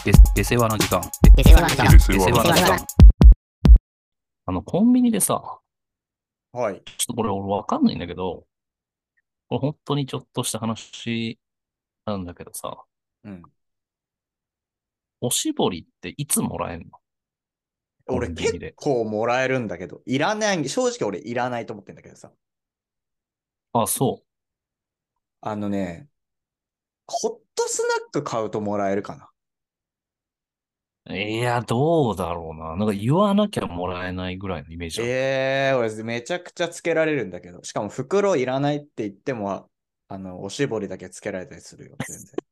下世話の時間。 下世話の時間。 下世話の時間。コンビニでさ、 はい。 ちょっとこれ俺わかんないんだけど、これ本当にちょっとした話なんだけどさ、 うん。 おしぼりっていつもらえんの？コ俺結ンビニで。 構もらえるんだけど、いらない、正直俺いらないと思ってんだけどさ。 あ、そあのね、ホットスナック買うともらえるかな。 う。いや、どうだろうな。なんか言わなきゃもらえないぐらいのイメージある。 俺めちゃくちゃつけられるんだけど、しかも袋いらないって言っても、おしぼりだけつけられたりするよ、全然。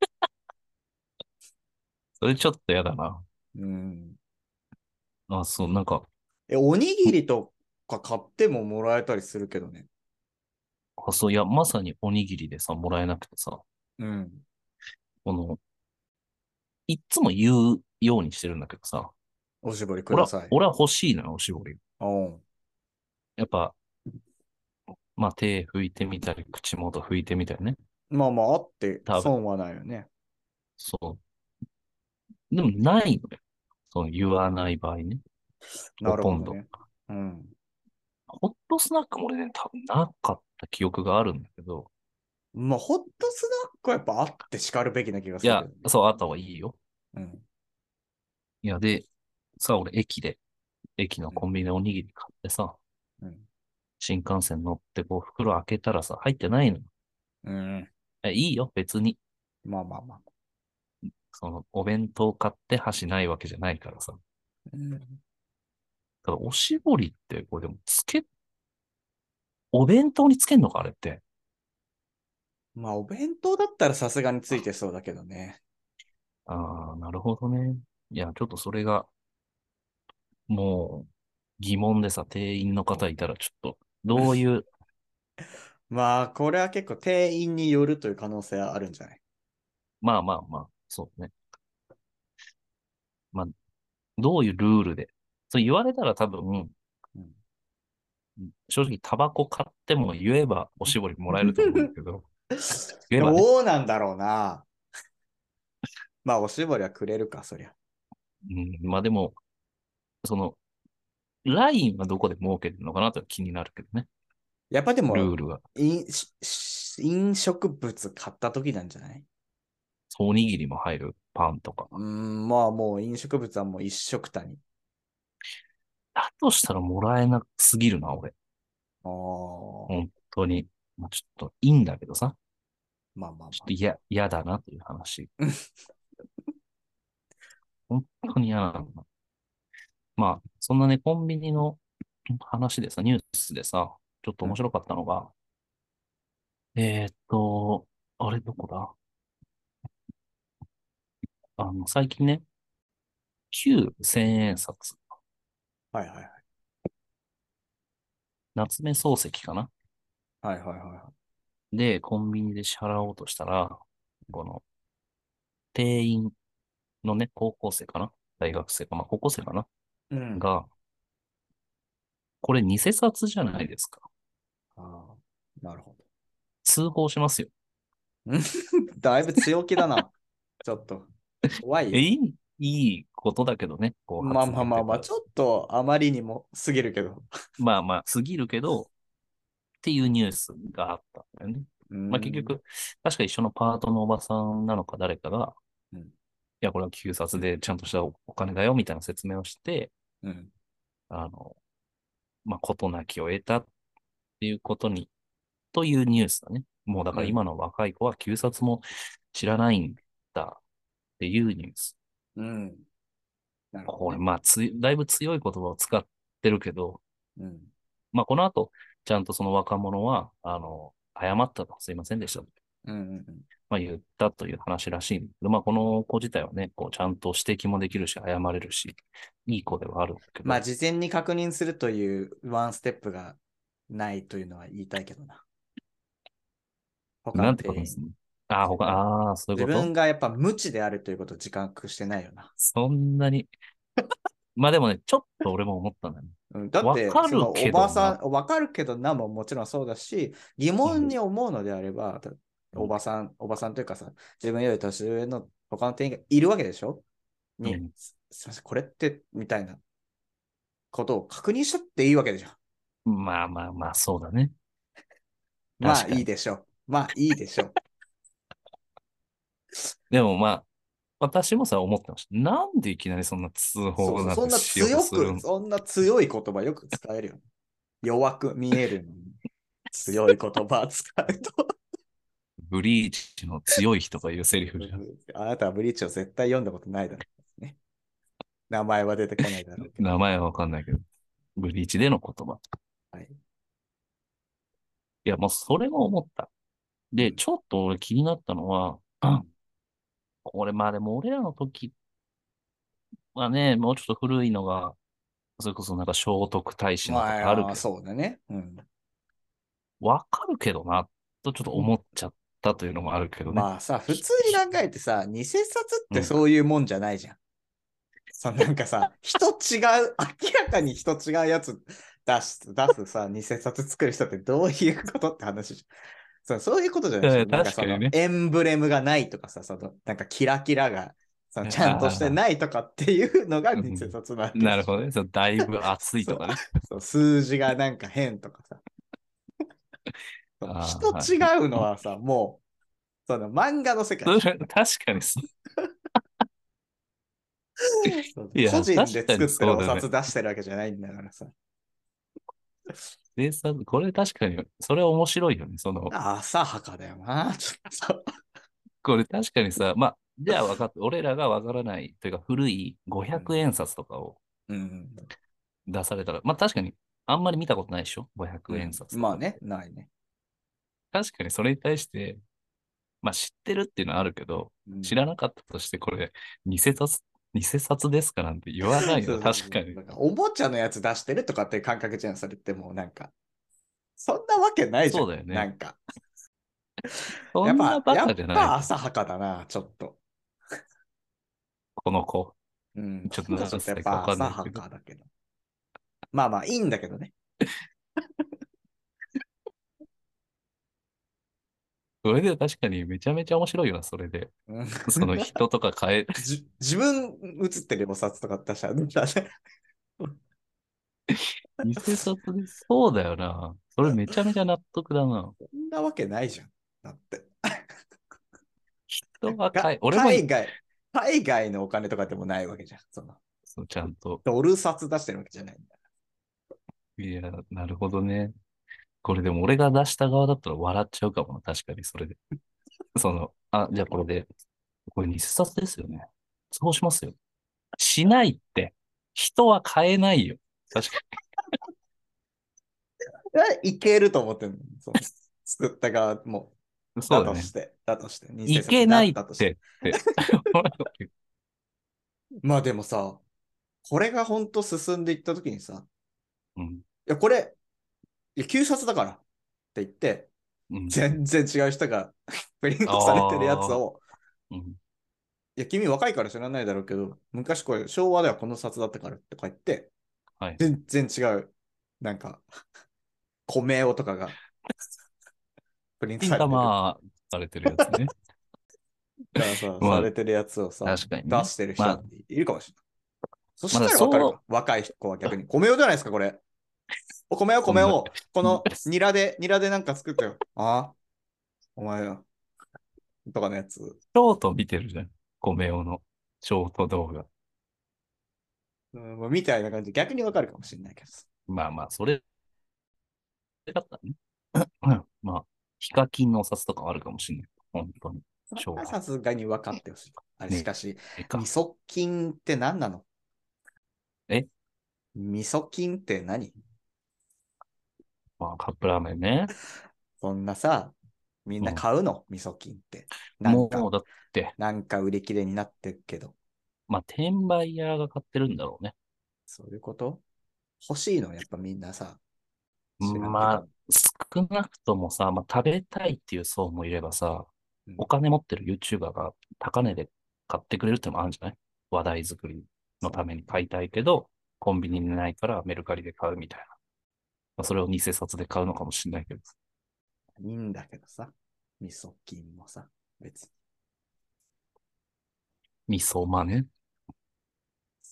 それちょっとやだな。 うん。 あ、そう、なんか、 おにぎりとか買ってももらえたりするけどね。 あ、そう、いや、まさにおにぎりでさ、もらえなくてさ、 うん。 この、いっつも言うようにしてるんだけどさ、 おしぼりく俺は、 ださい。 俺は欲しいのよ、おしぼり。 うん。 やっぱ、まあ、手拭いてみたり、口元拭いてみたりね。 まあまあ、あって多分、 損はないよね。 そう。でもないのよ。その言わない場合ね。 なほとんど。 るほどね。うん。 ホットスナックも俺ね、多分なかった記憶があるんだけど、 まあ、ホットスナックはやっぱあって叱るべきな気がいや、 するけどね。 そう、あった方がいいよ。 うん。 いや、で、さ、俺駅のうん。 コンビニでおにぎり買ってさ、 うん。 新幹線乗ってこう袋開けたらさ、入ってないの。 うん。 いいよ、別に。 まあまあまあ。 その、お弁当買って箸ないわけじゃないからさ。 うん。 ただ、おしぼりって、これでもお弁当につけんのか、あれって。 まあ、お弁当だったらさすがについてそうだけどね。 ああ、なるほどね。いや、ちょっとそれが、もう、疑問でさ、店員の方いたら、ちょっと、どういう、 まあ、これは結構店員によるという可能性はあるんじゃない？ まあまあまあ、そうね。まあ、どういうルールで。そう言われたら多分、 うん。 正直タバコ買っても言えばおしぼりもらえると思うんだけど、言えばね。 どうなんだろうな。まあ、おしぼりはくれるか、そりゃ。 うん、まあでも、その、ラインはどこで設けてるのかなと気になるけどね。 やっぱでも、 ルールが。 飲食物買った時なんじゃない？ おにぎりも入るパンとか。 まあもう飲食物はもう一食単に。 だとしたらもらえなすぎるな、俺。 ああ、 本当に。まあ、ちょっといいんだけどさ。 まあまあまあ。 ちょっと嫌だなという話。本当に嫌なんだ。まあ、そんなね、コンビニの話でさ、ニュースでさ、ちょっとうん。 面白かったのが、あれどこだ？最近ね、旧千円札、 はいはいはい。 夏目漱石かなはいはいはいはで、コンビニで支払おうとしたら、 い。 この、店員のね、高校生かな大学生か、まあ高校生かなうん。 が、これ偽札じゃないですか。 ああ、なるほ通報しますよ。 ど。だいぶ強気だな。ちょっと。怖いよ。 いいことだけどね、こうまあ発まあまあまあ、 言というか、 ちょっとあまりにも過ぎるけど。 まあまあ、過ぎるけど、っていうニュースがあったんだよね。 うーまあ結ん。 局、確か一緒のパートのおばさんなのか誰かが、 うん。 いや、これは旧札でちゃんとしたお金だよ、みたいな説明をして、 うん。 あの、まあ、事なきを得たっていうことに、というニュースだね。もうだからうん。 今の若い子は旧札も知らないんだっていうニュース。 うん。なるほどこれ、 ね。 まあ、だいぶ強い言葉を使ってるけど、 うん。 まあ、この後、ちゃんとその若者は、謝ったと、すいませんでしたと。 うんうんうん。 まあ、言ったという話らしいんだけど、まあ、この子自体はね、こう、ちゃんと指摘もできるし、謝れるし、いい子ではあるんだけまあ、 ど、 事前に確認するというワンステップがないというのは言いたいけどな。他なんてこの店員。 とですね。そういう自こと分がやっぱ無知であるということを自覚してないよな。 そんなに。まあでもね、ちょっと俺も思ったんだよね。 うん、だって、 わかるそのおけどな。 ばさん、わかるけどなももちろんそうだし、疑うん。 問に思うのであれば、 うん。 おばさんというかさ、自分より年上の他の店員がいるわけでしょ？ に、 うん。 すいません、これって、みたいなことを確認したっていいわけじゃん。 まあまあまあ、そうだね。 まあ確かに。 いいでしょう。まあいいでしょう。 でもまあ、私もさ、思ってました。なんでいきなりそんな通そうそう、 報なんそんなてしようと強く、 するん？ そんな強い言葉よく使えるよね。弱く見えるのに、強い言葉使うと。 ブリーチの強い人が言うセリフじゃん。 あなたはブリーチを絶対読んだことないだろうね。名前は出てこないだろうけど。 名前はわかんないけど。ブリーチでの言葉。 はい。 いや、もうそれも思った。で、 うん。 ちょっと俺気になったのは、これまあでも俺らの時はね、もうちょっと古いのが、それこそなんか聖徳太子のとかあるまあ、 けど、 そうだね。うん。 わかるけどな、とちょっと思っちゃったというのもあるけどね。 まあさ、普通に考えてさ、偽札ってうん。 そういうもんじゃないじゃん。なんかさ、人違う、明らかに人違うやつ出すさ、偽札作る人ってどういうことって話じゃん。そういうことじゃないでしょ。なんかその確かにね。 エンブレムがないとかさ、なんかキラキラがちゃんとしてああ、 ないとかっていうのが偽うん、 札なわけでしょ。 なるほどね。そう、だいぶ熱いそうとかね。 そう数字がなんか変とかさ。 ああ、 人違はいはい。 うのはさ、もう、漫画の世界じゃん。 それ確かにそう。いや、 個人で確かに作ってるおそうだね。 札出してるわけじゃないんだからさ。 これ確かに、それ面白いよね。 浅はかだよな。ちょっと。 これ確かにさ、まあ、じゃあ分かった。俺らが分からないというか古い500 うん。 円札とかをうん。 出されたら、まあ確かにあんまり見たことないでしょ？ う 500 円ん。まあね、 札とかって。 ないね。 確かにそれに対して、まあ知ってるっていうのはあるけど、 うん。 知らなかったとしてこれ、偽札、偽札ですかなんて言わないよ。 そうそうそう。 確かに。 なんかおもちゃのやつ出してるとかっていう感覚じゃん、それってもうなんか。そんなわけないじゃん。 そうだよね。 なんか。 そんなバやっカじゃないと。 ぱ浅はかだな、ちょっと。 この子。 うん。 ちょっと今度ちょっとやっ何歳かわぱ浅はかんないけど。 かだけど。まあまあいいんだけどね。 それで確かにめちゃめちゃ面白いよな、それで。 うん。 その人とか変え、 自分映ってるお札とか出したら、 偽札で、そうだよな。それめちゃめちゃ納得だな。 そんなわけないじゃん。だって。 人は変え、俺も海外のお金とかでもないわけじゃん。 そうちゃんと、 ドル札出してるわけじゃないんだ。 いや、なるほどね。これでも俺が出した側だったら笑っちゃうかもな、確かにそれで。じゃあこれで、これ偽札ですよね。そうしますよ。しないって。人は変えないよ。確かいけると思ってんの。作った側も。 に。そうだね。 だとして、偽札だいけないっったとして。 てって。 まあでもさ、これが本当進んでいったときにさ、 うん、 いや、これ、いや、旧札だからって言って、 うん。 全然違う人がプリントされてるやつああ、 を、 うん。 いや、君若いから知らないだろうけど、昔これ昭和ではこの札だったからとか言って、 はい。 全然違う、なんか、米をとかがプリント金されてる。 玉されてるやつね。 がさ、さまあ、 れてるやつをさ、 確かにね。 出してる人まあ、 っているかもしれない。そましたらわかるだそか。若い子は逆に。米をじゃないですか、これ。お米をこんな、 米を、このニラでなんか作ったよ。ああ、お前よ。とかのやつ。 ショート見てるじゃん。コメオのショート動画。 うん、みたいな感じで逆にわかるかもしれないけどさ。 まあまあ、それだったらね。うんまあ、ヒカキンのお札とかあるかもしれない。本当に。 それは将来。 さすがに分かってほしい。あれ、しねかし、味えか。 噌菌って何なの？ え味噌菌って何？ まあ、カップラーメンね。 そんなさ、みんなうん。 買うの味噌菌って。なんか、 もう、だって、 なんか売り切れになってるけど。 まあ、転売ヤーが買ってるんだろうね。 そういうこと？欲しいのやっぱみんなさ、知らんけまあ、 ど。 少なくともさ、まあ、食べたいっていう層もいればさ、 うん、 お金持ってる YouTuber が高値で買ってくれるってのもあるんじゃない？話題作りのそうね。 ために買いたいけど、コンビニにないからメルカリで買うみたいな。まあ、それを偽札で買うのかもしれないけど。 いいんだけどさ。味噌菌もさ、別に。 味噌、まあね。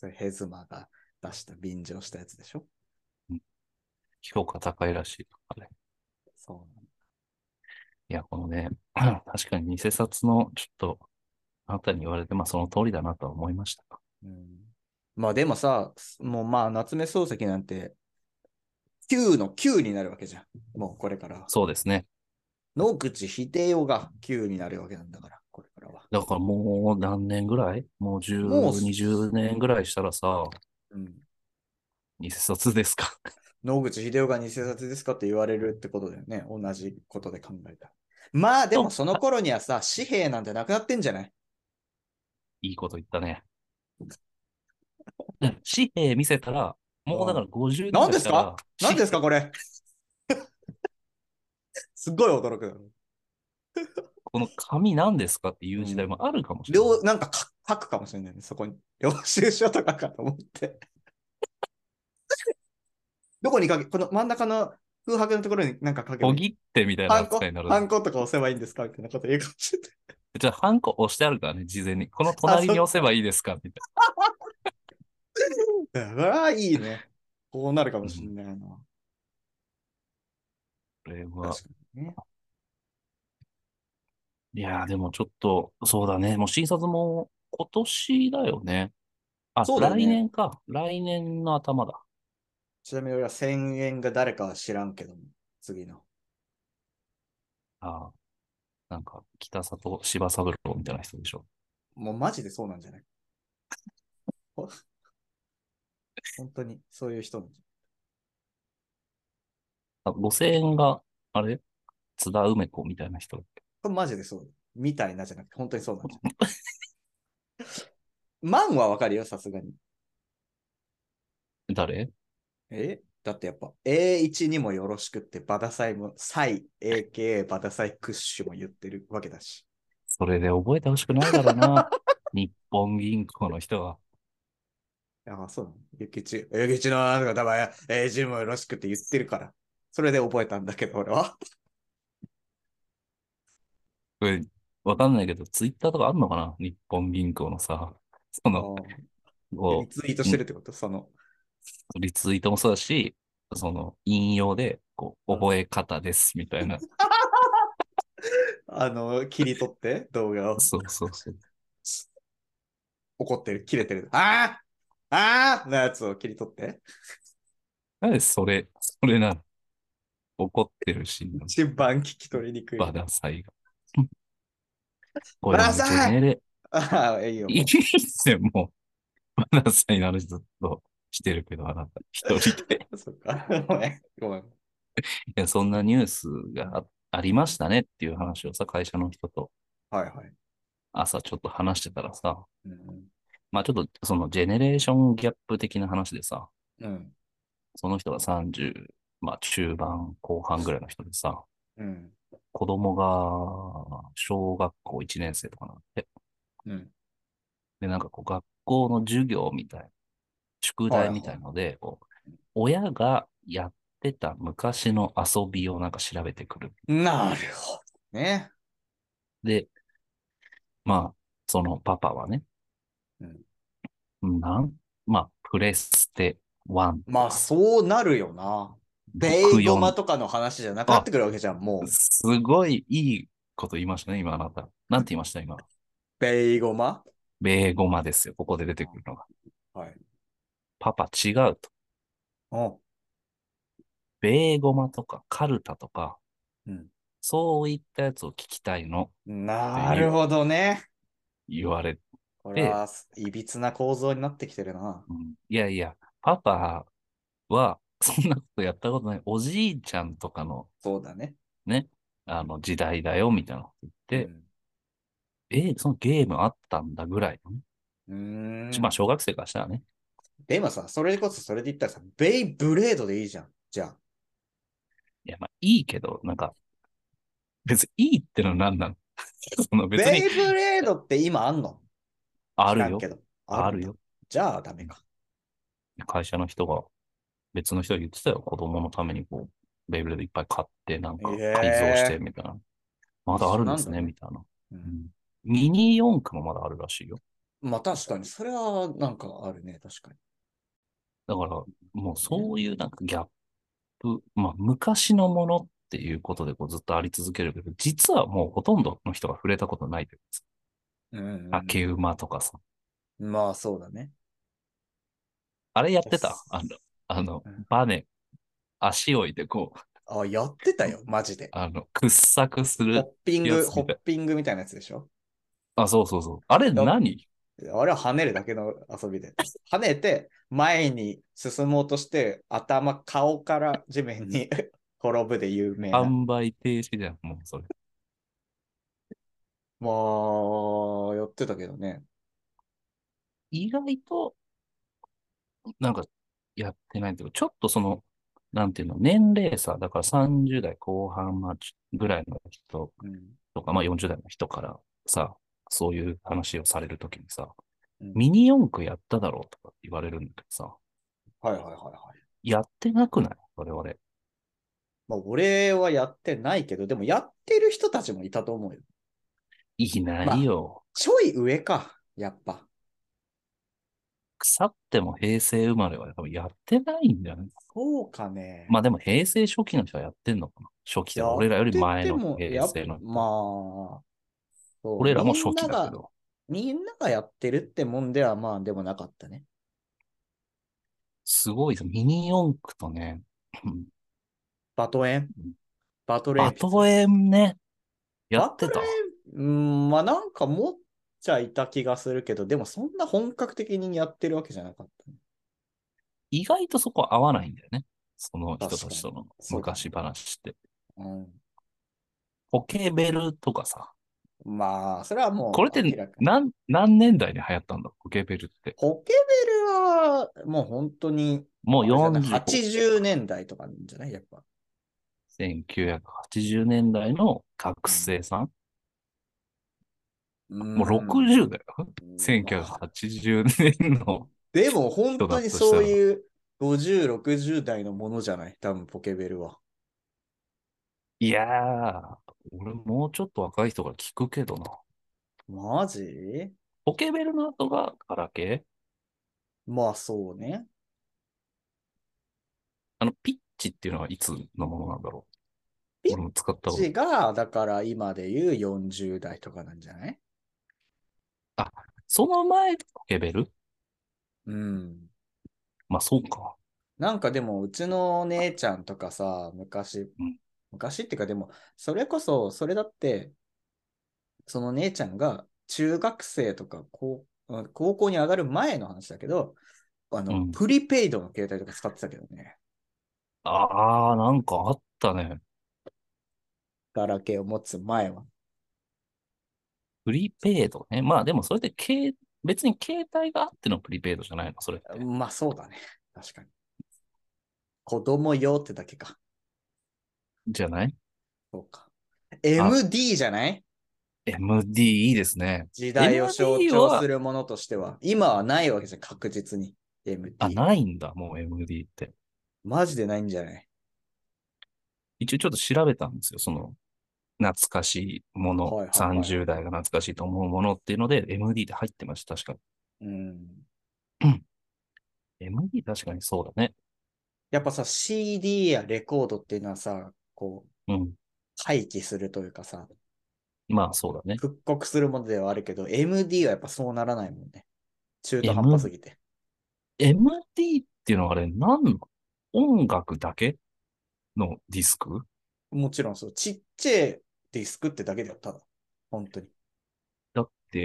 それヘズマが出した便乗したやつでしょ。 うん、評価高いらしいとかね。 そうなんだ。 いや、このね、確かに偽札の、ちょっと、あなたに言われて、まあその通りだなとは思いました。 うん、まあでもさ、もうまあ夏目漱石なんて9の9になるわけじゃん。もうこれから。 そうですね。 野口英世が9になるわけなんだから、これからは。 だからもう何年ぐらいもうもう、 10、20年ぐらいしたらさ、 うん、 偽札ですか？ 野口英世が偽札ですかって言われるってことだよね。同じことで考えた。まあでもと、 その頃にはさ、紙幣なんてなくなってんじゃない？ いいこと言ったね。紙幣見せたら、もうだからうん。 50年ぐ何ですか？ らいしたら、 何ですかこれ。すっごい驚くだろ。 この紙何ですかっていう時代うん。 もあるかもしれない。 なんか書くかもしれないね、そこに。領収書とかかと思って。どこに書け、この真ん中の空白のところになんか書けばいい。 小切手みたいなハンコ扱いになる。 ハンコとか押せばいいんですかみたいなこと言うかもしれない。 じゃあ、ハンコ押してあるからね、事前に。このあ、 隣に押せそっか。 ばいいですかみたいだからいいね。こうなるかもな。うしれん。 ないな。 これは、 確かにね。 いやー、でもちょっと、そうだね。もう診察も今年だよね。あ、来そうだよね。 年か。来年の頭だ。 ちなみに俺は1000円が誰かは知らんけども、次の。 あー、なんか、北里柴三郎みたいな人でしょ。 もうマジでそうなんじゃない？ほ本当にそういう人なんじあ、5000円が、あれ津田梅子みたいな人だっけ？ ゃない？これマジでそう。みたいなじゃなくて、本当にそうなんじゃない？万はわかるよ、さすがに。 誰？ だってやっぱ A1 にもよろしくってバダサイも、サイ、AKA バダサイクッシュも言ってるわけだし。 それで覚えてほしくないだろうな。日本銀行の人は。 ああ、そうなの。ゆきちのなんか多分 A1 にもよろしくって言ってるから。それで覚えたんだけど、俺は。 これ、わかんないけど、ツイッターとかあんのかな日本銀行のさ、そあの、 あ、リこツイートう、 してるってことその、 リツイートもそうだし、その、引用で、 うん、 覚え方です、みたいな。 切り取って動画をそうそうそう。 怒ってる、切れてる。ああのやつを切り取って。 なんでそれなの？怒ってるシーンなの？ 一番聞き取りにくい。 バダサイが。こバれでもね、ジェラサイ。 ネレ、 ああ、いいよ、 いいっもすよ、もう。バダサイの話ずっとしてるけど、あなた、一人で。 う。そっか。ごめん。ごめん。 いや、そんなニュースがありましたねっていう話をさ、会社の人とはいはい。 朝ちょっと話してたらさ、 うん。 まあちょっとそのジェネレーションギャップ的な話でさ、 うん。 その人が30、まあ中盤後半ぐらいの人でさ、 うん。 子供が小学校1年生とかなんで、 うん。 で、なんかこう学校の授業みたい、宿題みたはいはいので、こう親がやってた昔の遊びをなんか調べてくる。 い。なるほどね。 で、まあ、そのパパはね、 うん。 まあ、プレステ1とまあ、 か、 そうなるよな。ベイゴマ 64。 とかの話じゃなくなっあ、 てくるわけじゃん、もう。 すごいいいこと言いましたね、今あなた。なんて言いました今？ ベイゴマ。 ベーゴマですよ、ここで出てくるのが。 はい。 パパ違うと。 おベーゴマとかカルタとか、 うん。 そういったやつを聞きたいのってなるほどね。 言われて、 これは、いびつな構造になってきてるな。 うん、いやいや、パパはそんなことやったことない。おじいちゃんとかのそうだね。 ね、時代だよ、みたいなこと言って、 うん。 そのゲームあったんだぐらいのね。 うーまあ、 ん。 小学生からしたらね。 でもさ、それこそそれで言ったらさ、ベイブレードでいいじゃん。じゃあ。 いや、まあ、いいけど、なんか、別にいいってのは何なの？その別に、 ベイブレードって今あんの？ あるよ。 知らんけど。あるんだ。 あるよ。 じゃあダメか。 会社の人が、別の人が言ってたよ。子供のためにこう、ベイブレードいっぱい買って、なんえか改造して、 えみたいな。 ー、一まだあるんですね、 緒なんだね。 みたいな。 うん。 うん。ミニ四駆もまだあるらしいよ。 まあ確かに、それはなんかあるね、確かに。 だから、もうね、 そういうなんかギャップ、まあ昔のものっていうことでこうずっとあり続けるけど、実はもうほとんどの人が触れたことないというか、 うんうん竹馬とかさ。 うん。まあそうだね。 あれやってたですうん、 バネ、足置いてこう、 あ、やってたよ、マジで。 掘削するホッやつみたい。 ピングみたいなやつでしょ？ あ、そうそうそう。あれや何？ あれは跳ねるだけの遊びで。跳ねて、前に進もうとして、顔から地面に転ぶで有名な。 販売停止じゃん、もうそれ。 まあ、やってたけどね。 意外と、なんか、やってないけど、ちょっとなんていうの、年齢差、だから30代後半ぐらいの人うん。 とか、まあ40代の人からさ、そういう話をされるときにさ、 うん。 ミニ四駆やっただろうとか言われるんだけどさ、 はいはいはいはい。 やってなくない我々。 まあ、俺はやってないけど、でもやってる人たちもいたと思うよ。 いなまあ、 いよ。 ちょい上か、やっぱ。 腐っても平成生まれは多分やってないんじゃない？ そうかね。 まあでも平成初期の人はやってんのかな？初期というか、 やっ俺らよりて前のても、 平成の人。 まあ、そう、 俺らも初期だけど。 みんながやってるってもんではまあでもなかったね。 すごいです。ミニ四駆とね、 バトエンバトルバト鉛筆エンね、やバトルってた。 まあなんか持っちゃいた気がするけど、でもそんな本格的にやってるわけじゃなかったね。 意外とそこ合わないんだよね。その人確かに。 たちとの昔そうかも。 話って。 うん。 ポケベルとかさ。 まあ、それはもうこれって明らかに。 何年代に流行ったんだポケベルって。 ポケベルはもう本当に、 もうあれじゃない、 45、 80年代とかじゃないやっぱ。 1980年代の学うん。 生さん。 うーもうん。 60だよ。 まあ、 1980年のでも本人だ当にとしたら。 そういう50、60代のものじゃない、多分ポケベルは。 いやー、俺もうちょっと若い人が聞くけどな。 マジ？ ポケベルの後がガラケー。 まあそうね。 ピッチっていうのはいつのものなんだろピッう。俺も使ったこと。 チが、だから今で言う40代とかなんじゃない？ あ、その前ポケベル。 うん。 まあそうか。 なんかでも、うちの姉ちゃんとかさ、 うん。 昔っていうかでも、それこそ、それだって、その姉ちゃんが中学生とか高校に上がる前の話だけど、 うん。 プリペイドの携帯とか使ってたけどね。 あー、なんかあったね。 ガラケーを持つ前は。 プリペイドね。まあでもそれで別に携帯があってのプリペイドじゃないのそれって。 まあそうだね。確かに。子供用ってだけか。 じゃない？ そうか。 あ、 MD じゃない？ MD いいですね。 時代を象 MD 徴すは、 るものとしては。今はないわけじゃん、確実に。 あ、 MD。 ないんだ、もう MD って。 マジでないんじゃない？ 一応ちょっと調べたんですよ。懐かしいもの、 はいはいはいは 30代が懐かしいと思うものっていうので、MD で入ってました、確かい。うん。 に。うん。MD 確かにそうだね。 やっぱさ、CD やレコードっていうのはさ、 うん。 廃棄するというかさ、 まあそうだね。 復刻するものではあるけど、MD はやっぱそうならないもんね。中途半端す M、 ぎて。 MD っていうのはあれ何の音楽だけのディスク？ もちろんそう、ちっちゃいディスクってだけだよ、ただ。本当に。 だって、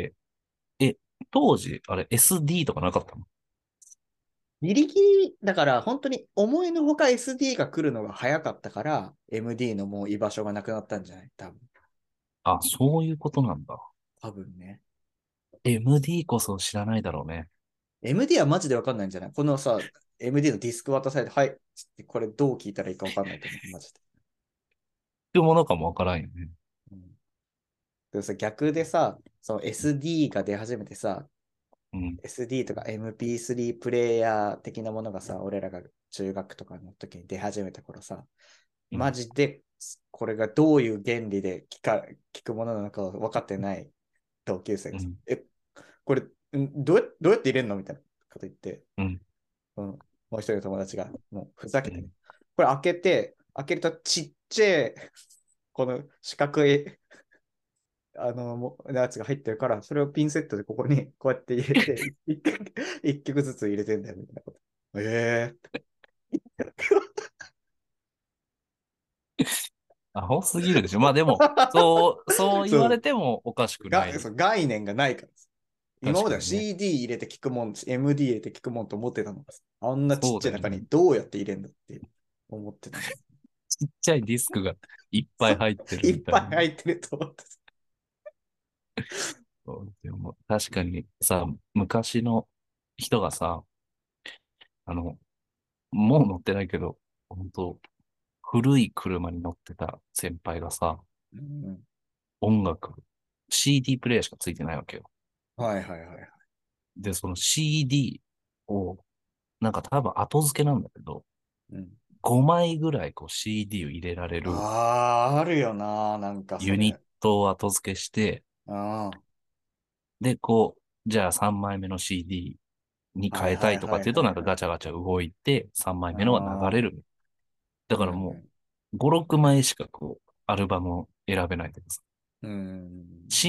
え、当時、あれ SD とかなかったの？ ギリギリ、だから本当に思いのほか SD が来るのが早かったから、MD のもう居場所がなくなったんじゃない？多分。 あ、そういうことなんだ。 多分ね。 MD こそ知らないだろうね。 MD はマジでわかんないんじゃない？このさ、MD のディスク渡されて、はい、これどう聞いたらいいかわかんないと思う。マジで。 っていうものかもわからんよね。 うん、でもさ、逆でさ、その SD が出始めてさ、 うん。 SD とか MP3 プレイヤー的なものがさ、俺らが中学とかの時に出始めた頃さ、 うん。 マジでこれがどういう原理で聞くものなのか分かってない同級生がさ、 うん。 これどうやって入れるのみたいなこと言って、 うん。 うん、もう一人の友達が、もうふざけてね。 うん。 これ開けるとちっちゃい、この四角い、やつが入ってるから、それをピンセットでここにこうやって入れて、一曲ずつ入れてんだよ、みたいなこと。えアホすぎるでしょ。まあでも、そう言われそう、 てもおかしくない。 そう概念がないからです。今までは確かにね。 CD 入れて聞くもん、MD 入れて聞くもんと思ってたのが、あんなちっそうだよね。 ちゃい中にどうやって入れるんだって思ってたの。 ちっちゃいディスクがいっぱい入ってるいっぱいみたいな。 入ってると思ってた。 そうでも確かにさ、昔の人がさ、あの、もう乗ってないけど、本当古い車に乗ってた先輩がさ、 うん、 音楽、CD プレイヤーしかついてないわけよ。 はいはいはいはい。 で、その CD を、なんか多分後付けなんだけど、 うん、 5枚ぐらいこう CD を入れられるああ、あるよな、なんかそユニッれ。 トを後付けして、 あで、こう、じゃあ3枚目の CD にあ、はい変えたいはいはいとかっていうと、なんかはいはい。 ガチャガチャ動いて3枚目のが流ああ、 れる。だからもうん、 う、5、6枚しかこう、アルバムを選べないけどさ、 うん。うん。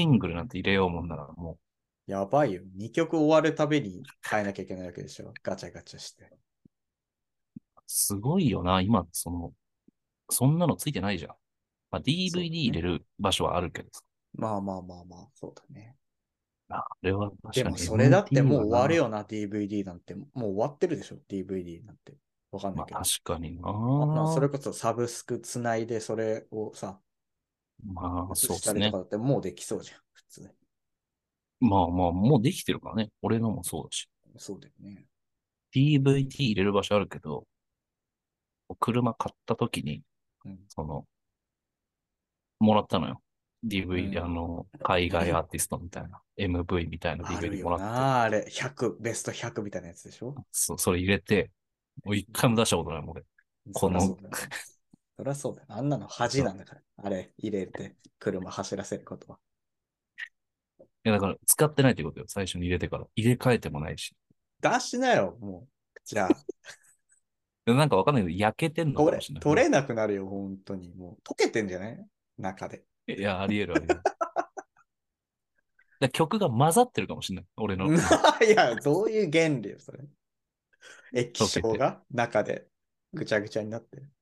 シングルなんて入れようもんならもやばいよ。2曲終わるたびに変えなきゃいけないわけでしょ。ガチャガチャして。 う、すごいよな。今、そんなのついてないじゃん。まあ、 そう DVD 入だね。 れる場所はあるけどさ。 まあまあまあまあ、そうだね。 あれは確でもかにそれだって MD もう終わるはな。 よな、DVD なんて。もう終わってるでしょ、DVD なんて。わかんなまあいけど。 確かにそれな。 こそサブスクつないで、それをさ、 まあ映そうですね。 したりとかだってもうできそうじゃん、普通。 まあまあ、もうできてるからね。俺のもそうだし。 そうだよね。 DVD 入れる場所あるけど、車買った時に、 うん。 その、もらったのよ。DVD、 うん。 海外アーティストみたいな、MV みたいなある DVD もよらって、 な、あれ。ベスト100みたいなやつでしょ。 それ入れて、もう一回も出したことないもん、俺。こそりゃその、 うだよね。そりゃそうだよ。あんなの恥なんだから。あれ、入れて、車走らせることは。 いやだから使ってないってことよ。最初に入れてから。入れ替えてもないし。 出しなよ、もう。じゃあ、 でなんかわかんないけど、焼けてんのかもしれない。も取れなくなるよ、本当に。もう、溶けてんじゃない中で。 う、いや、あり得るあり得る。曲が混ざってるかもしれない。俺のいや、どういう原理よ、それ。液溶けて。 晶が中でぐちゃぐちゃになってる。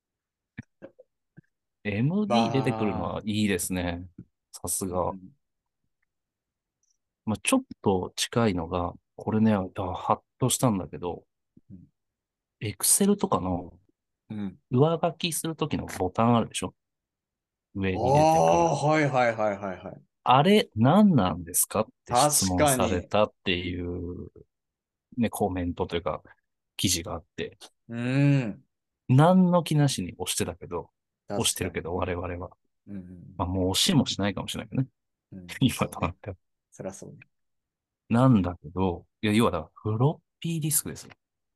MD 出てくるのまあ、 はいいですね。さすが。 うん、 まあ、ちょっと近いのが、これね、ハッとしたんだけど、 うん、 Excel とかのうん。 上書きするときのボタンあるでしょ？上あに出てくる。 あ、はいはいはいはいはい。 あれ、何なんですかって質確問されかに。 たっていうね、コメントというか、記事があって、 うん、 何の気なしに押してたけど、押し確かに。 てるけど、我々は。 うん、 まあ、もう押しもしないかもしれないけどね。 うん、 今そうね。 となっては。 そりゃそうね。 なんだけど、いや、要はだから、フロッピーディスクですよ。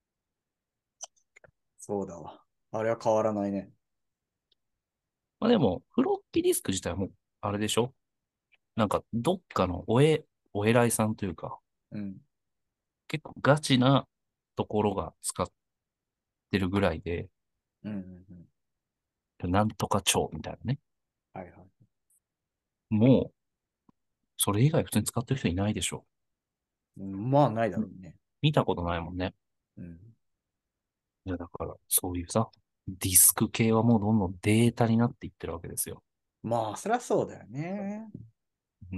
そうだわ。あれは変わらないね。 まあでも、フロッピーディスク自体はもう、あれでしょ？なんか、どっかのお偉いさんというか、 うん、 結構ガチなところが使ってるぐらいで、 うん、うん、うん。 なんとか帳みたいなね。 はいはい。 もう、それ以外普通に使ってる人いないでしょ？ うんまあ、ないだろうね。 見たことないもんね。 うん。 いや、だから、そういうさ、ディスク系はもうどんどんデータになっていってるわけですよ。 まあ、そりゃそうだよね。 うん。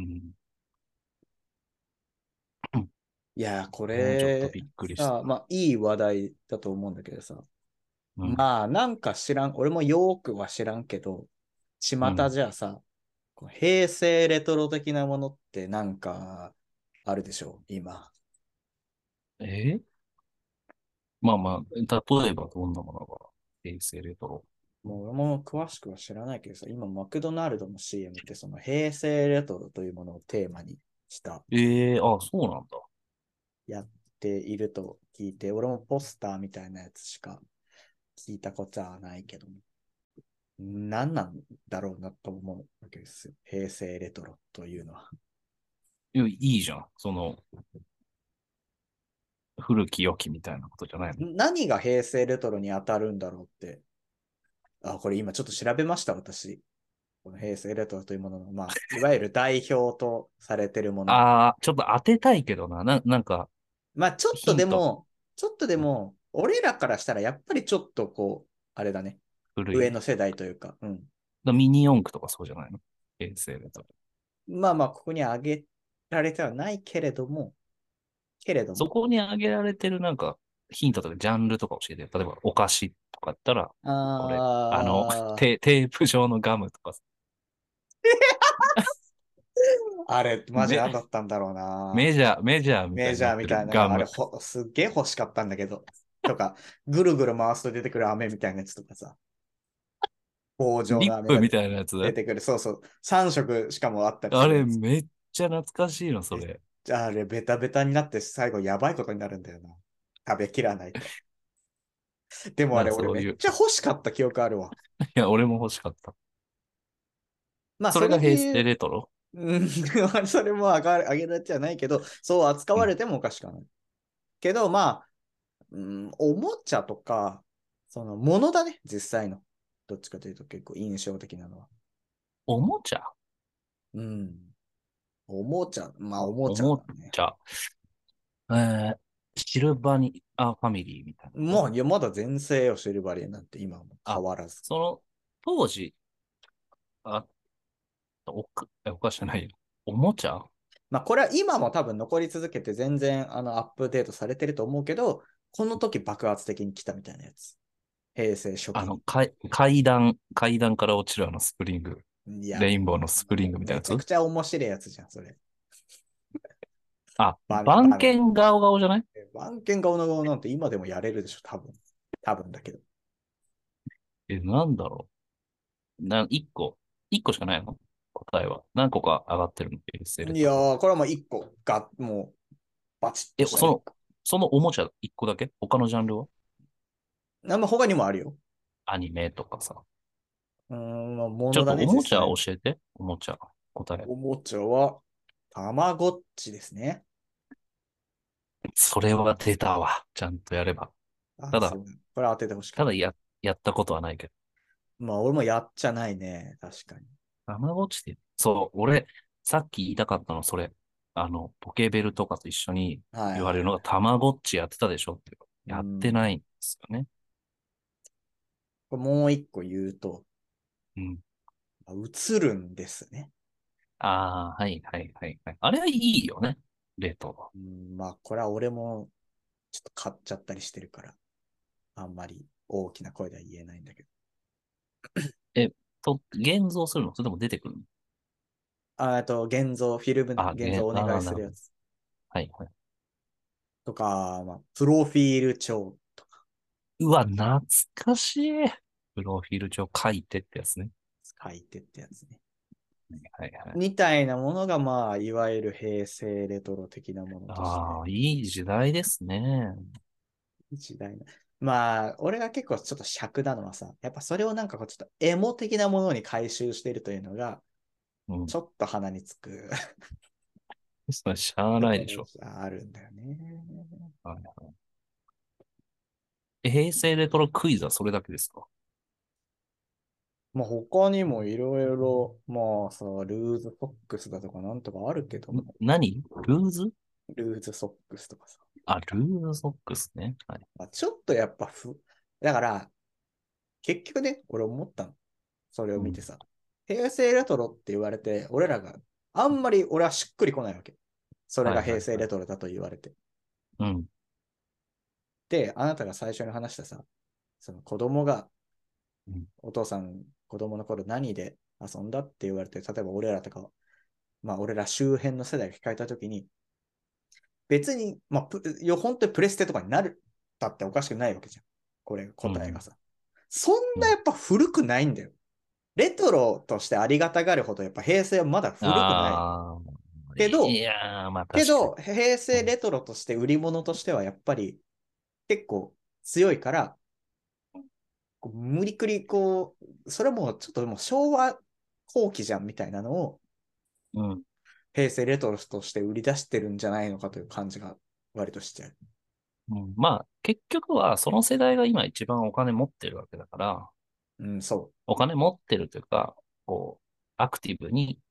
いや、こね、ちょっとれ、 びっくりした。 さ、まあ、いい話題だと思うんだけどさ。 うん。 まあ、なんか知らん、俺もよーくは知らんけど、巷うん。 じゃあさ、こう平成レトロ的なものってなんかあるでしょう、今。 えまあまあ、例えばどんなものが平成レトロ。 もう俺も詳しくは知らないけどさ、今、マクドナルドの CM ってその平成レトロというものをテーマにしたあ、そうなんだ。 やっていると聞いて、俺もポスターみたいなやつしか聞いたことはないけども、何なんだろうなと思うわけですよ。平成レトロというのは。 いいじゃん。その、古き良きみたいなことじゃないの？ 何が平成レトロに当たるんだろうって。あ、これ今ちょっと調べました、私。この平成レトロというものの、まあ、いわゆる代表とされてるもの。 ああー、ちょっと当てたいけどな。なんか、 まあ、ちょっとヒント。 でも、ちょっとでも、俺らからしたらやっぱりちょっとこう、あれだね。 古い。 上の世代というか、うん。 ミニ四駆とかそうじゃないの？平成だと。 まあまあ、ここに挙げられてはないけれども、けれども。 そこに挙げられてるなんか、ヒントとかジャンルとか教えてよ。例えば、お菓子とかだったら、これ、 あテープ状のガムとかさ、 あれ、マジ何だメ、 ったんだろうな。 メジャーみたいメジャーになってみたいな、 るガム。 あれすっげえ欲しかったんだけど。とか、ぐるぐる回すと出てくる飴みたいなやつとかさ、棒状リッの飴がプみたいなやつ。 出てくる。そうそう。3色しかもあったりすあれ、 るやつ。 めっちゃ懐かしいの、そえれ。 じゃあ、あれ、ベタベタになって最後やばいことになるんだよな。食べきらないと。でもあれ、俺めっそういう。 ちゃ欲しかった記憶あるわ。 いや、俺も欲しかった。 まあ、そそれが平成れで言う、 レトロ。 うん、それもあげられてはないけど、そう扱うん。 われてもおかしくない。けど、まあ、うん、おもちゃとか、そのものだね、実際の。どっちかというと結構印象的なのは。 おもちゃ。 うん。おもちゃ、まあおもちゃおもだね。 ちゃ。えー、シルバニアファミリーみたいなこと？ もう、いや、まだ全盛よ、シルバリーなんて今も変あ、 わらず。 その、当時、あ、お菓子じゃないよ。おもちゃ。 まあこれは今も多分残り続けて全然アップデートされてると思うけど、この時爆発的に来たみたいなやつ。平成初期に。 階段から落ちるスプリング。 いや、 レインボーのスプリンもうグみたいなやつ。 めちゃくちゃ面白いやつじゃん、それ。 あ、 バネ、バネ。 番犬ガオガオじゃない？ 番犬顔の顔なんて今でもやれるでしょ、多分。多分だけど。 なんだろう。一個しかないの？答えは。何個か上がってるの？平成レトロ。 いやー、これはもう一個が、もう、バチッとえ、 した一個。 そのおもちゃ一個だけ？他のジャンルは？ まあ、他にもあるよ。 アニメとかさ。 まあ、もちょっとのだね、 おもちゃ実際の。 教えて。おもちゃ。答え。 おもちゃは、たまごっちですね。 それは出たわ。ちゃんとやれば。 あ、 ただ、 そう。これ当ててほしかった。 ただやったことはないけど。 まあ、俺もやっちゃないね。確かに。 たまごっちって、そう、俺、さっき言いたかったの、それ。ポケベルとかと一緒にはいはいはい。 言われるのが、たまごっちやってたでしょって。 うやってなん。 いんですよね。 これもう一個言うと、 うん。 映るんですね。 ああ、はいはいはいはい。あれはいいよね。冷凍。 うん、まあ、これは俺もちょっと買っちゃったりしてるから、あんまり大きな声では言えないんだけど。 え、現像するの？それとも出てくるの？ 現像、フィルムであ、 現像お願いなるほど。 するやつはいはい。 とか、まあ、プロフィール帳とかうわ、懐かしい。プロフィール帳書いてってやつね。 書いてってやつね。 はいはい。 みたいなものが、まあ、いわゆる平成レトロ的なものとして、 ああ、いい時代ですね。 時代な。まあ、俺が結構ちょっと尺なのはさ、やっぱそれをなんかこうちょっとエモ的なものに回収しているというのが、 うん。 ちょっと鼻につくそれしゃあとないでしょ。 ころがあるんだよね。 はいはい。平成レトロクイズはそれだけですか？ まあ他にもいろいろ、まあさ、ルーズソックスだとかなんとかあるけども、 何ルーズ？ ルーズソックスとかさ。 あ、ルーズソックスね。はい。 まあ、ちょっとやっぱだから、結局ね、俺思ったの。それをうん。 見てさ。平成レトロって言われて、俺らがあんまり俺はしっくりこないわけ。それはが平いはいはい。 成レトロだと言われて。 うん。 で、あなたが最初に話したさ、その子供が、 うん。 お父さん、子供の頃何で遊んだって言われて、例えば俺らとか、まあ俺ら周辺の世代が聞かれたときに、別に、まあ、本当にプレステとかになるだっておかしくないわけじゃん。これ、 うん。 答えがさ。そんうん。 なやっぱ古くないんだよ。レトロとしてありがたがるほど、やっぱ平成はまだ古くない。 ああ、いけど、 やー、まあ確かに。 平うん。 成レトロとして売り物としてはやっぱり結構強いから、こう無理くりそれもちょっともう昭和後期じゃんみたいなのを、 うん。 平成レトロとして売り出してるんじゃないのかという感じが割としちゃう。 うん、まあ、結局はその世代が今一番お金持ってるわけだから、 うん、そお金持ってるというか、こう、アクティブに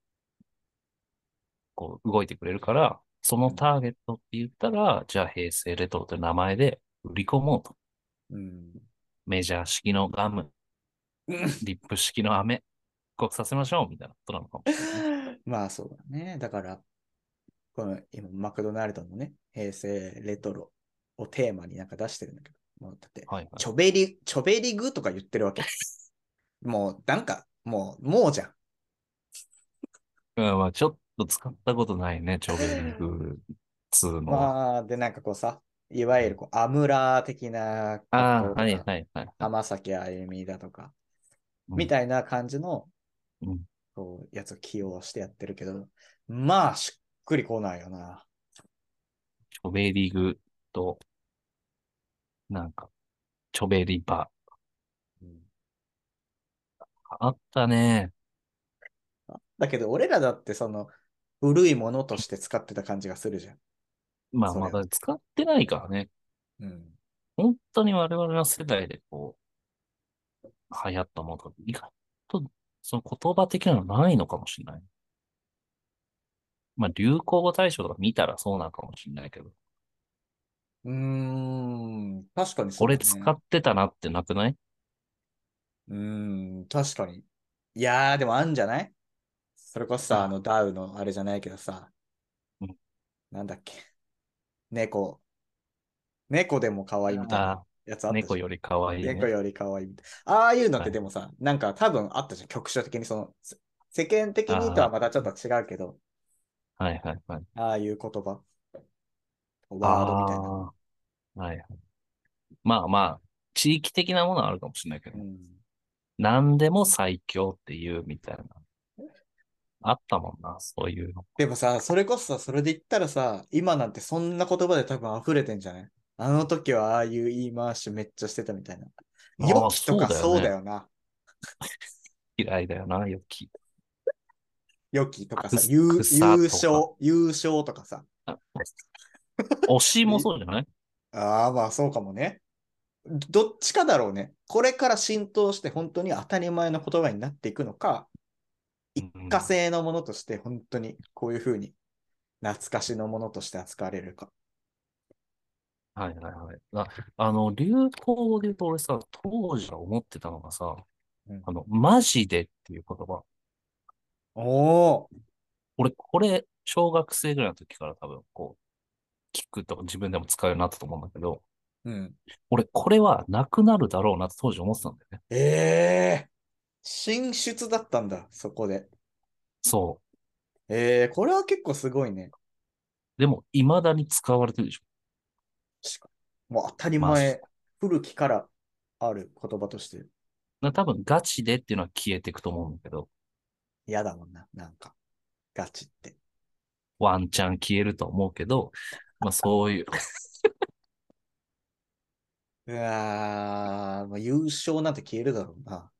こう動いてくれるから、そう。 のターゲットって言ったら、じゃあ平成レトロという名前で売り込もうと。 うん。 メジャー式のガム、 うん。 リップ式の飴、復刻させましょうみたいなことなのかもしれないね。 まあそうだね。だから、この今、マクドナルドのね、平成レトロをテーマになんか出してるんだけど、もうだって、 はいはい。 チョベリグとか言ってるわけ。もう、なんか、もうじゃん。 うん、まあちょっと使ったことないね、チョベリグっつうのは。 まあ、で、なんかこうさ、いわゆるこうアムラー的な格ああ、はい好とか、 はいはいはい。 浜崎あゆみだとか、 うん、 みたいな感じのうん。 こうやつを起用してやってるけど、まあ、しっくりこないよな。 チョベリグと、なんか、チョベリバ。 うん、 あったね。 だけど、俺らだってその古いものとして使ってた感じがするじゃん。 まあそれを。 まだ使ってないからね。 うん。 本当に我々の世代でこう、流行ったものとか、意外とその言葉的なのないのかもしれない。まあ流行語大賞とか見たらそうなのかもしれないけど、 確かにこれそうだね。 使ってたなってなくない？ 確かに。いやー、でもあんじゃない？それこそさ、 あ、 ダウのあれじゃないけどさ、 うん、 なんだっけ。猫、猫でも可愛いみたいなあ、 やつあったじゃん。 猫より可愛いね。 猫より可愛いみたいな。ああいうのっはい。 てでもさ、なんか多分あったじゃん。局所的にその、世間的にとはあまたちょっと違うけど、 あ、はいはいはい。 ああいう言葉、 あワードみたいな。 あ、はいはい。まあまあ、地域的なものはあるかもしれないけど、 うん。 何でも最強っていうみたいな。あったもんな、そういうの。 でもさ、それこそさ、それで言ったらさ、今なんてそんな言葉で多分溢れてんじゃない？あの時はああいう言い回しめっちゃしてたみたいな。良ああ、 きとかそうだそうだよね。 よな。 嫌いだよな、 良きとかさ、 草とか。 優勝とかさ。 あ、推しもいそうじゃない？ ああ、まあそうかもね。どっちかだろうね。これから浸透して本当に当たり前の言葉になっていくのか、 う一過ん。 性のものとして本当にこういうふうに懐かしのものとして扱われるか。 はいはいはい。流行語で言うと俺さ、当時は思ってたのがさ、 うん、 マジでっていう言葉。 おー、 俺、これ、小学生ぐらいの時から多分、こう、聞くと自分でも使うようになったと思うんだけど、 うん。 俺、これはなくなるだろうなって当時思ってたんだよね。 ええー、進出だったんだ、そこで。 そこれは結構すごいね。 う。でも、未だに使われてるでしょ。 確かにもう当たりマジで。 前、古きからある言葉として多分、ガチでっていうのは消えていくと思うんだけど、 嫌だもんな、なんか、ガチって。 ワンチャン消えると思うけど、まあそういう、 うわー、まあ、優勝なんて消えるだろうな。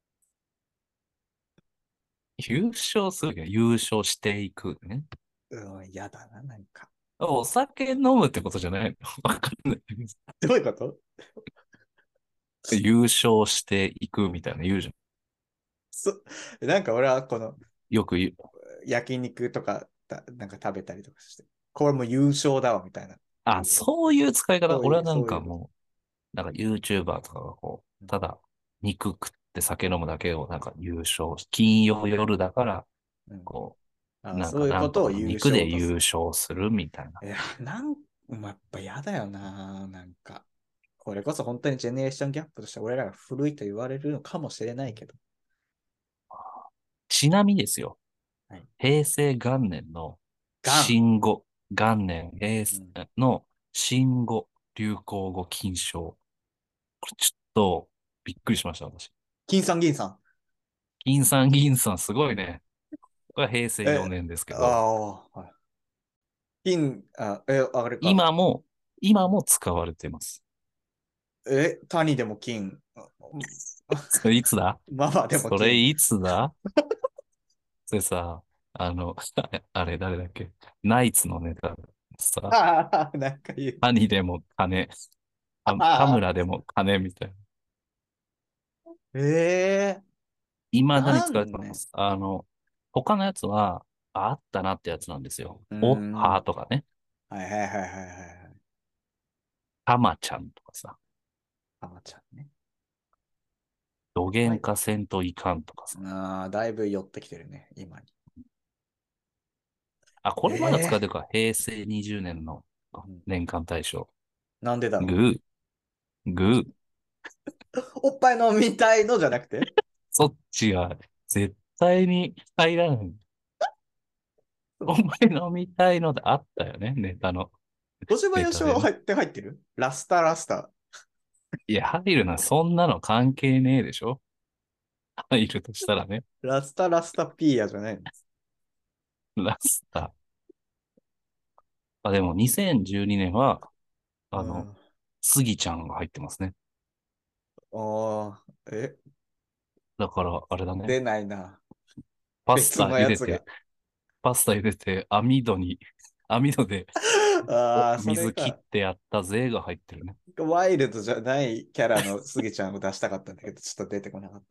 優勝するけど、優勝していくね。 嫌だな、なんか。 お酒飲むってことじゃないの？わかんない。 どういうこと？ 優勝していくみたいな言うじゃん。 そなんか俺はこのよく言う。 焼肉とかなんか食べたりとかして、これもう優勝だわみたいな。 あ、そういう使い方。俺はなんそういうこと。 かもう、なんか YouTuber とかがこう、ただ肉食って酒飲むだけをなんか優勝し、金曜夜だから、 うん、 こう、 あ、 なんそういうかなんとかことを優の肉で勝とす。 優勝するみたいな。 いや、やっぱ嫌だよな。なんか、これこそ本当にジェネレーションギャップとして俺らが古いと言われるのかもしれないけど。 ちなみにですよ、 はい。 平成元年のガン。 新語、元年平成うん、 の新語、流行語禁称。これちょっとびっくりしました、私。 金さん銀さん。 銀さんすごいね。これは平成え、 4年ですけあど、 あ、はい。あれか。 今も、今も使われてます。 谷でも金。 それいつだ？ ママでも金。 それいつだ？それさ、 あの、あれ誰だっけ？ナイツのネタさ、 ああ、なんか言う。 谷でも金、田ああ、 村でも金みたいな。 ええ未だに使われなんね。 てます。他のやつは、あったなってやつなんですよ。 うーおはん。 ーとかね。 はいはいはいはいはいはい。 たまちゃんとかさ。 あまちゃんね。 どげはい。 んかせんといかんとかさ。 ああ、だいぶ寄ってきてるね、今に。 あ、これまだ使ってええるか。平成20年のうん、 年間大賞。 なんでだろグー、グー。 う。おっぱい飲みたいのじゃなくてそっちが絶対に入らない。お前飲みたいのであったよね。 小島よしネタでね。 お入ってるラスタラスタ。 いや、入るな。そんなの関係ねえでしょ？入るとしたらね。 ラスタラスタピーヤじゃないの。 ラスタ。あ、でも2012年は、あの、 うん。 スギちゃんが入ってますね。 ああ、 だから、あれだね。 出ないな。 パスタ別のやつが。 茹でて、パスタ茹でて、網戸でああ、それ水切っか。 てやった税が入ってるね。 ワイルドじゃないキャラのスギちゃんを出したかったんだけど、ちょっと出てこなかった。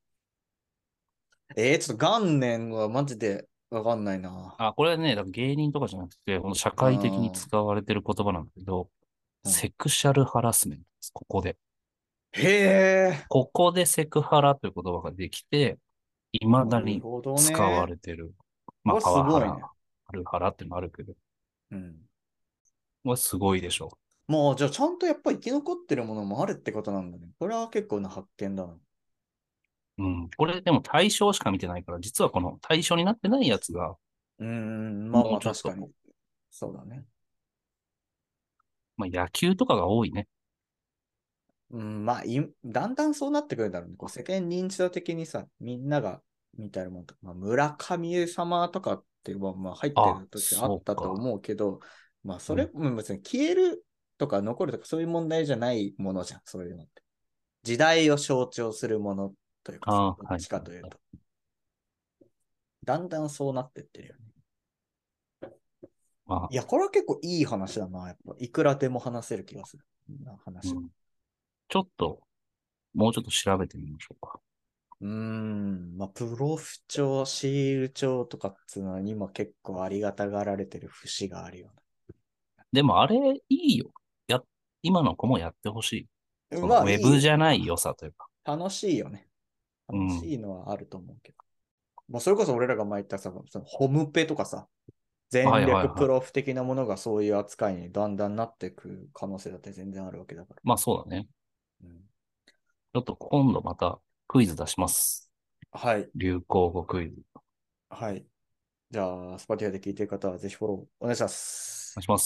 ちょっと元年はマジでわかんないな。 あ、これはね、だから芸人とかじゃなくて、この社う会的にん。 使われてる言葉なんだけど、 うん、 セクシャルハラスメントです。ここで。 へえ、 ここでセクハラという言葉ができて、未なだにるほど使わね。 れてる。まあ、 これパワハラ、 すごいね。 ハルハラっていうのもあるけど、 うん。 これすごいでしょもう、じゃあちゃんとやっぱ生き残ってるものもあるってことなんだね。これは結構な発見だな。 う。うん。これでも対象しか見てないから、実はこの対象になってないやつが、 まあまあもうちょっと、 確かに。そうだね。 まあ、野球とかが多いね。 うん、まあだんだんそうなってくるんだろうね。こう世間認知度的にさ、みんなが見たいものとか、まあ、村上様とかっていうのはまあ入ってあ、 る時あったとそうか。 思うけど、まあそれ、 うん。 別に消えるとか残るとかそういう問題じゃないものじゃん、そういうのって。時代を象徴するものというかさ、 ああ、はい。 どっちかというと。だんだんそうなってってるよね。 まあ、 いや、これは結構いい話だな。やっぱ、いくらでも話せる気がする。な話は。 うん。ちょっと、もうちょっと調べてみましょうか。 まあ、プロフ帳、シール帳とかっていうのは今結構ありがたがられてる節があるよでもあれ、いいよ。今の子もやってほしい。 うな。 その、 まあ、 ウェブじゃない良さというか。 楽しいよね。楽しうん。 いのはあると思うけど。まあ、それこそ俺らが前言ったさ、そのホムペとかさ、 はい全はいはい。 略プロフ的なものがそういう扱いにだんだんなっていく可能性だって全然あるわけだから。 まあそうだね。 うん、 ちょっと今度またクイズ出します。 はい。 流行語クイズ。 はい。じゃあ、スパティアで聞いている方はぜひフォローお願いします。 お願いします。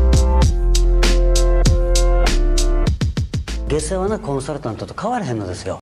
下世話なコンサルタントと変わらへんのですよ。